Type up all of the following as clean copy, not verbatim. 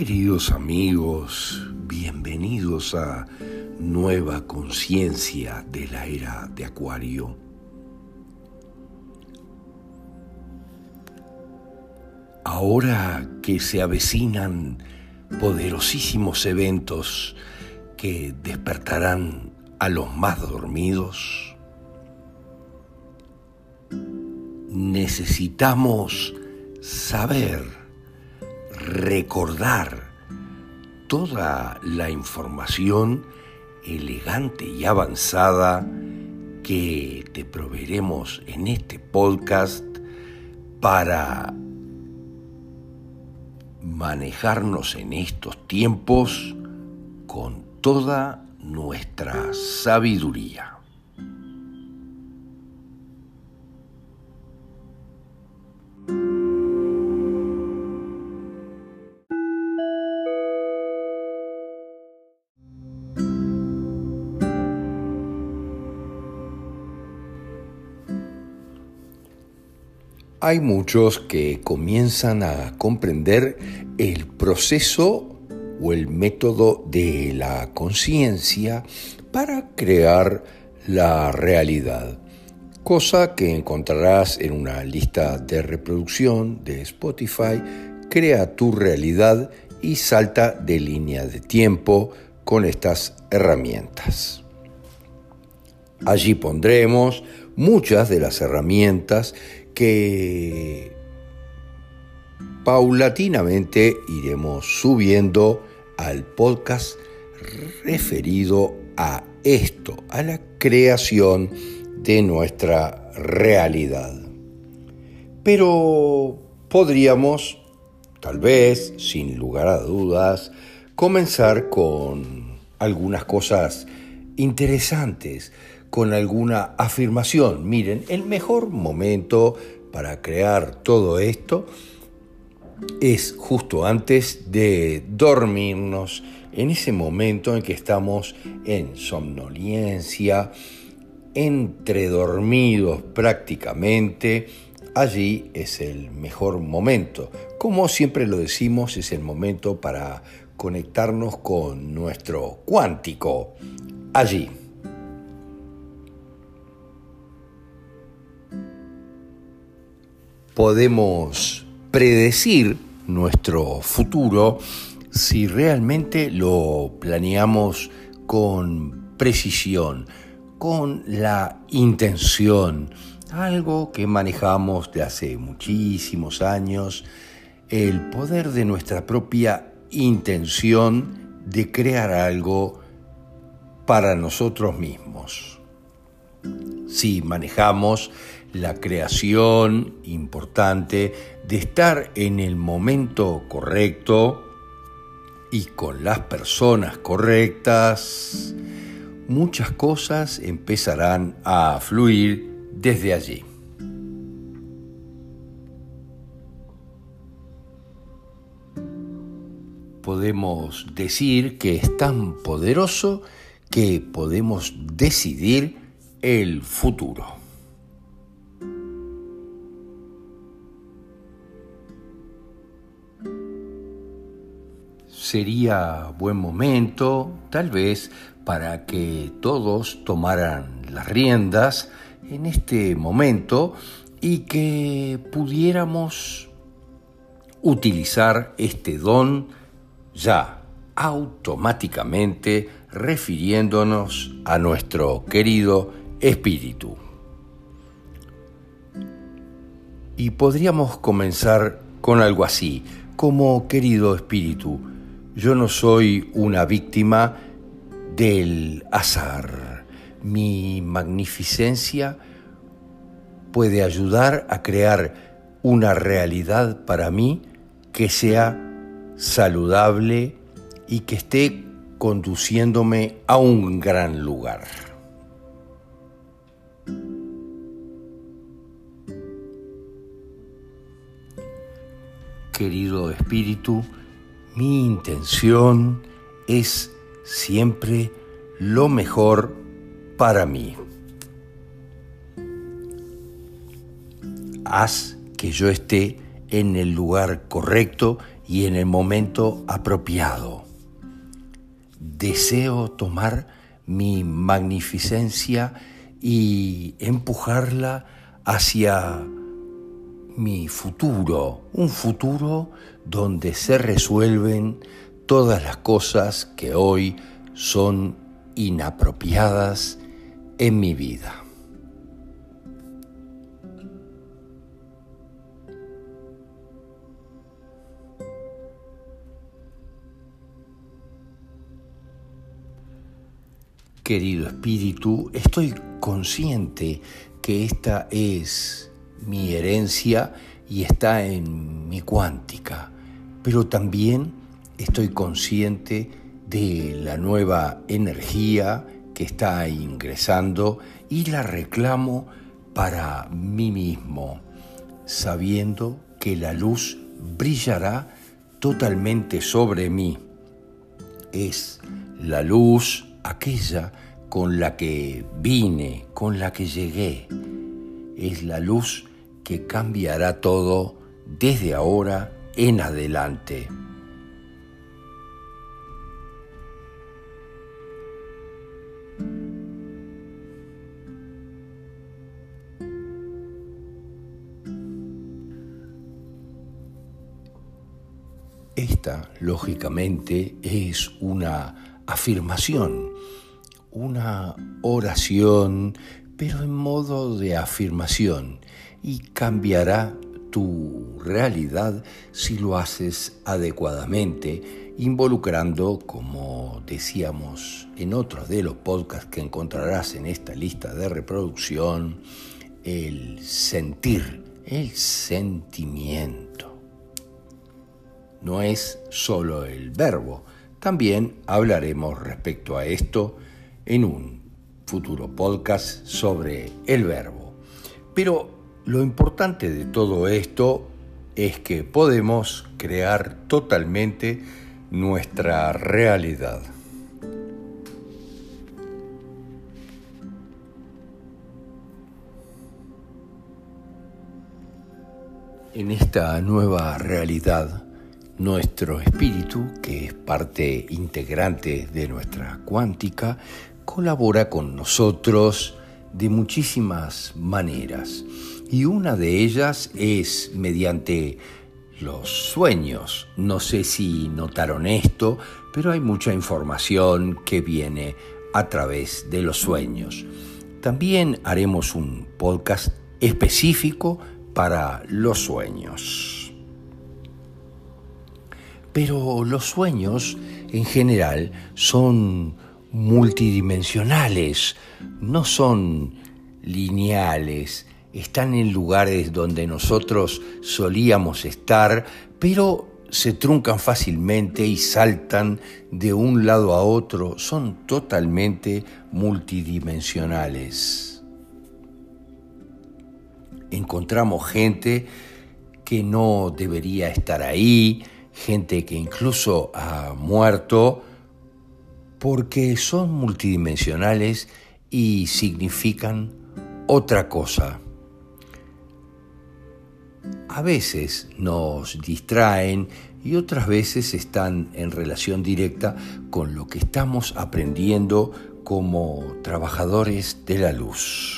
Queridos amigos, bienvenidos a Nueva Conciencia de la Era de Acuario. Ahora que se avecinan poderosísimos eventos que despertarán a los más dormidos, necesitamos saber, recordar toda la información elegante y avanzada que te proveeremos en este podcast para manejarnos en estos tiempos con toda nuestra sabiduría. Hay muchos que comienzan a comprender el proceso o el método de la conciencia para crear la realidad, cosa que encontrarás en una lista de reproducción de Spotify. Crea tu realidad y salta de línea de tiempo con estas herramientas. Allí pondremos muchas de las herramientas que paulatinamente iremos subiendo al podcast referido a esto, a la creación de nuestra realidad. Pero podríamos, tal vez, sin lugar a dudas, comenzar con algunas cosas interesantes, con alguna afirmación. Miren, el mejor momento para crear todo esto es justo antes de dormirnos, en ese momento en que estamos en somnolencia, entre dormidos prácticamente. Allí es el mejor momento. Como siempre lo decimos, es el momento para conectarnos con nuestro cuántico. Allí. Podemos predecir nuestro futuro si realmente lo planeamos con precisión, con la intención, algo que manejamos de hace muchísimos años, el poder de nuestra propia intención de crear algo para nosotros mismos. Si manejamos la creación importante de estar en el momento correcto y con las personas correctas, muchas cosas empezarán a fluir desde allí. Podemos decir que es tan poderoso que podemos decidir el futuro. Sería buen momento, tal vez, para que todos tomaran las riendas en este momento y que pudiéramos utilizar este don ya automáticamente, refiriéndonos a nuestro querido espíritu. Y podríamos comenzar con algo así, como: querido espíritu, yo no soy una víctima del azar. Mi magnificencia puede ayudar a crear una realidad para mí que sea saludable y que esté conduciéndome a un gran lugar. Querido espíritu, mi intención es siempre lo mejor para mí. Haz que yo esté en el lugar correcto y en el momento apropiado. Deseo tomar mi magnificencia y empujarla hacia mi futuro, un futuro donde se resuelven todas las cosas que hoy son inapropiadas en mi vida. Querido espíritu, estoy consciente que esta es mi herencia y está en mi cuántica, pero también estoy consciente de la nueva energía que está ingresando y la reclamo para mí mismo, sabiendo que la luz brillará totalmente sobre mí. Es la luz aquella con la que vine, con la que llegué. Es la luz que cambiará todo desde ahora en adelante. Esta, lógicamente, es una afirmación, una oración, pero en modo de afirmación, y cambiará tu realidad si lo haces adecuadamente, involucrando, como decíamos en otros de los podcasts que encontrarás en esta lista de reproducción, el sentir, el sentimiento. No es solo el verbo, también hablaremos respecto a esto en un futuro podcast sobre el verbo. Pero lo importante de todo esto es que podemos crear totalmente nuestra realidad. En esta nueva realidad, nuestro espíritu, que es parte integrante de nuestra cuántica, colabora con nosotros de muchísimas maneras. Y una de ellas es mediante los sueños. No sé si notaron esto, pero hay mucha información que viene a través de los sueños. También haremos un podcast específico para los sueños. Pero los sueños, en general, son multidimensionales, no son lineales, están en lugares donde nosotros solíamos estar, pero se truncan fácilmente y saltan de un lado a otro, son totalmente multidimensionales. Encontramos gente que no debería estar ahí, gente que incluso ha muerto, porque son multidimensionales y significan otra cosa. A veces nos distraen y otras veces están en relación directa con lo que estamos aprendiendo como trabajadores de la luz.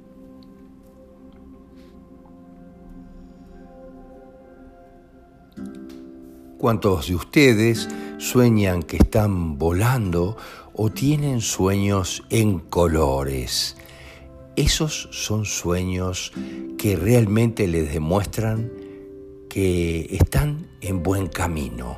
¿Cuántos de ustedes sueñan que están volando o tienen sueños en colores? Esos son sueños que realmente les demuestran que están en buen camino.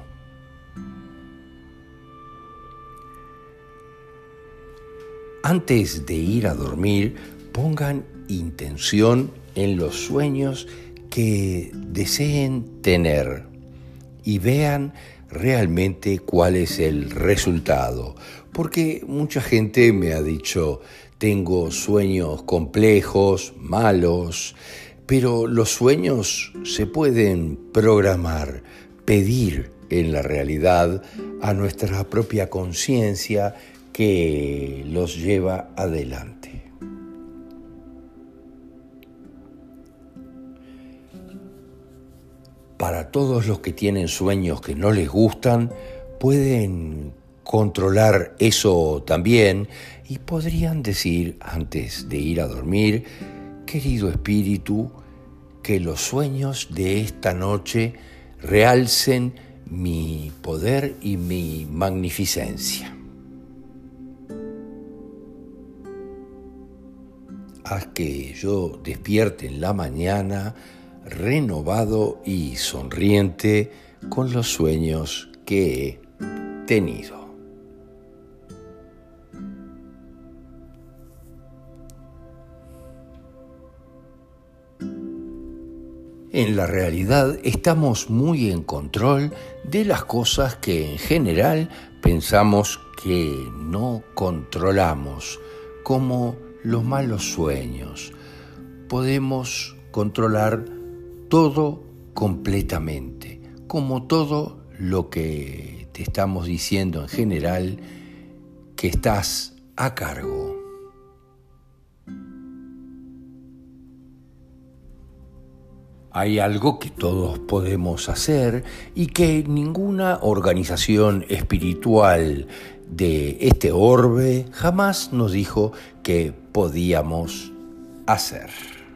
Antes de ir a dormir, pongan intención en los sueños que deseen tener y vean realmente cuál es el resultado. Porque mucha gente me ha dicho, tengo sueños complejos, malos, pero los sueños se pueden programar, pedir en la realidad a nuestra propia conciencia que los lleva adelante. para todos los que tienen sueños que no les gustan, pueden controlar eso también y podrían decir antes de ir a dormir: querido espíritu, que los sueños de esta noche realcen mi poder y mi magnificencia. Haz que yo despierte en la mañana renovado y sonriente con los sueños que he tenido. En la realidad estamos muy en control de las cosas que en general pensamos que no controlamos, como los malos sueños. Podemos controlar todo completamente, como todo lo que te estamos diciendo en general, que estás a cargo. Hay algo que todos podemos hacer y que ninguna organización espiritual de este orbe jamás nos dijo que podíamos hacer.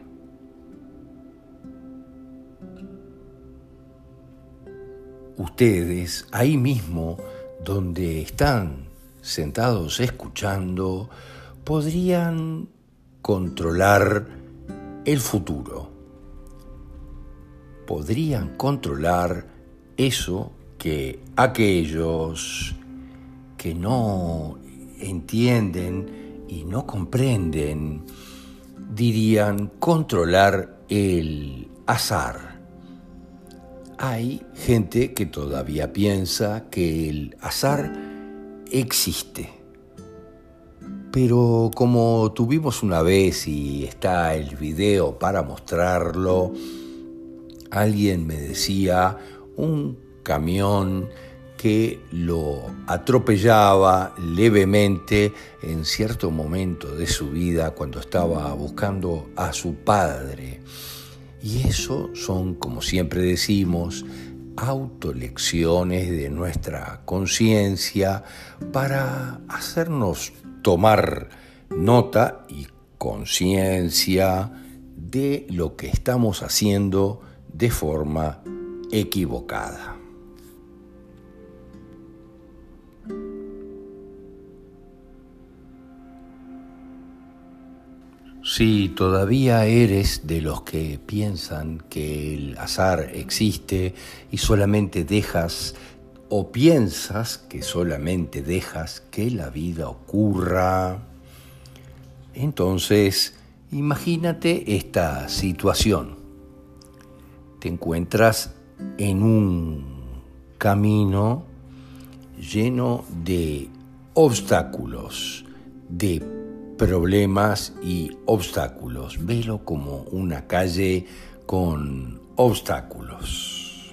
Ustedes, ahí mismo, donde están sentados escuchando, podrían controlar el futuro. Podrían controlar eso que aquellos que no entienden y no comprenden dirían controlar el azar. Hay gente que todavía piensa que el azar existe. Pero como tuvimos una vez y está el video para mostrarlo, alguien me decía un camión que lo atropellaba levemente en cierto momento de su vida cuando estaba buscando a su padre. Y eso son, como siempre decimos, autolecciones de nuestra conciencia para hacernos tomar nota y conciencia de lo que estamos haciendo de forma equivocada. Si todavía eres de los que piensan que el azar existe y solamente dejas o piensas que solamente dejas que la vida ocurra, entonces imagínate esta situación. Te encuentras en un camino lleno de obstáculos, de problemas y obstáculos. Velo como una calle con obstáculos.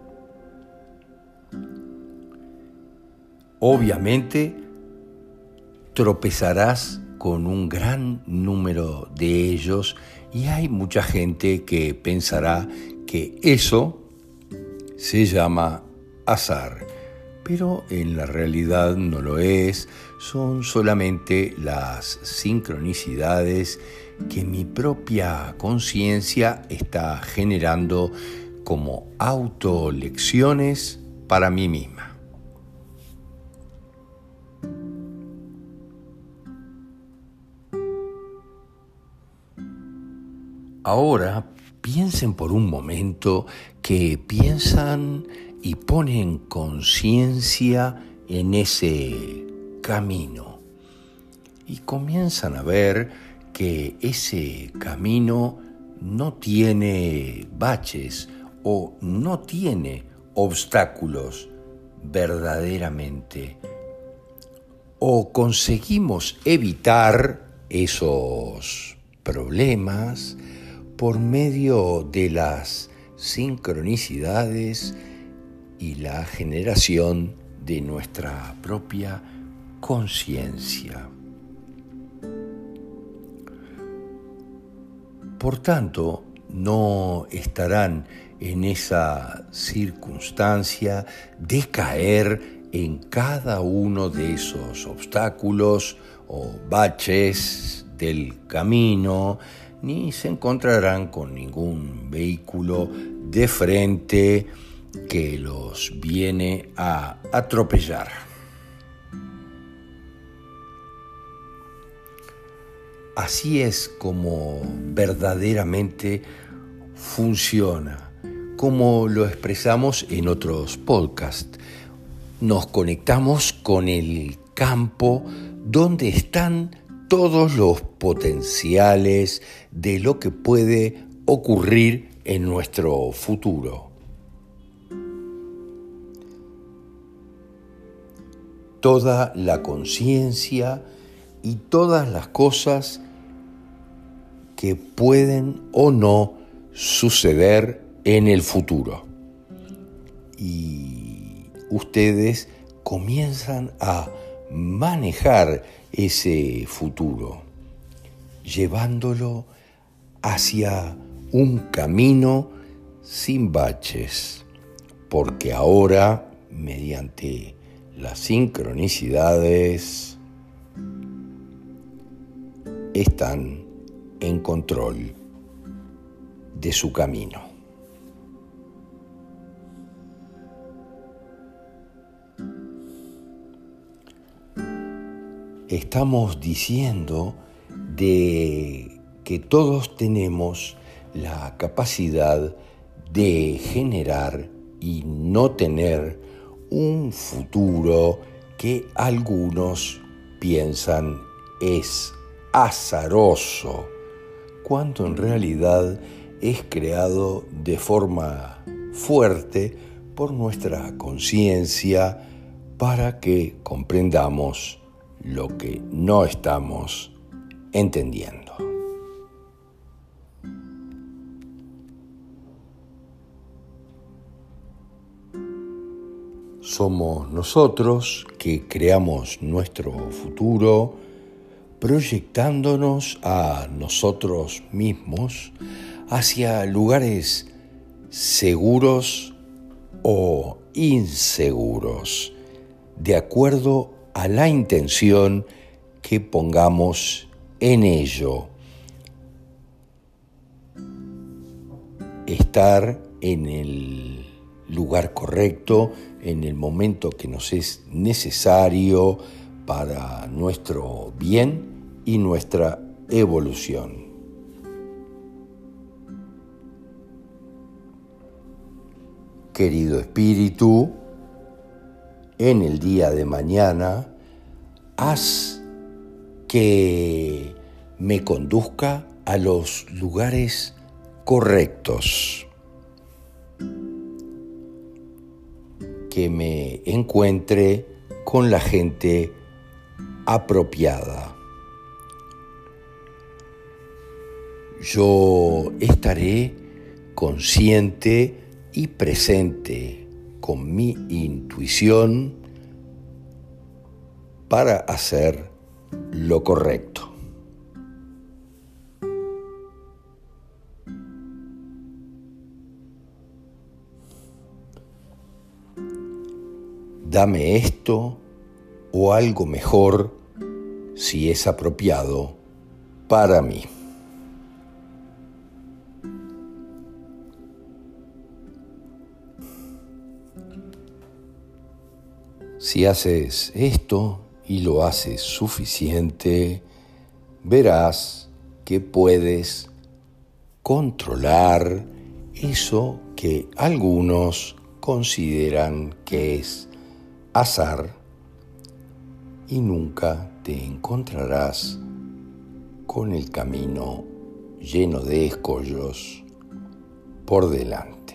Obviamente, tropezarás con un gran número de ellos y hay mucha gente que pensará que eso se llama azar, pero en la realidad no lo es. Son solamente las sincronicidades que mi propia conciencia está generando como autolecciones para mí misma. Ahora piensen por un momento que piensan y ponen conciencia en ese camino y comienzan a ver que ese camino no tiene baches o no tiene obstáculos verdaderamente, o conseguimos evitar esos problemas por medio de las sincronicidades y la generación de nuestra propia conciencia. Por tanto, no estarán en esa circunstancia de caer en cada uno de esos obstáculos o baches del camino, ni se encontrarán con ningún vehículo de frente que los viene a atropellar. Así es como verdaderamente funciona, como lo expresamos en otros podcasts. Nos conectamos con el campo donde están todos los potenciales de lo que puede ocurrir en nuestro futuro. Toda la conciencia y todas las cosas que pueden o no suceder en el futuro. Y ustedes comienzan a manejar ese futuro, llevándolo hacia un camino sin baches, porque ahora, mediante las sincronicidades, están en control de su camino. Estamos diciendo de que todos tenemos la capacidad de generar y no tener un futuro que algunos piensan es azaroso, cuando en realidad es creado de forma fuerte por nuestra conciencia para que comprendamos lo que no estamos entendiendo. Somos nosotros que creamos nuestro futuro proyectándonos a nosotros mismos hacia lugares seguros o inseguros, de acuerdo a la intención que pongamos en ello. Estar en el lugar correcto, en el momento que nos es necesario para nuestro bien y nuestra evolución. Querido espíritu, en el día de mañana, haz que me conduzca a los lugares correctos, que me encuentre con la gente apropiada. Yo estaré consciente y presente con mi intuición para hacer lo correcto. Dame esto o algo mejor si es apropiado para mí. Si haces esto y lo haces suficiente, verás que puedes controlar eso que algunos consideran que es azar y nunca te encontrarás con el camino lleno de escollos por delante.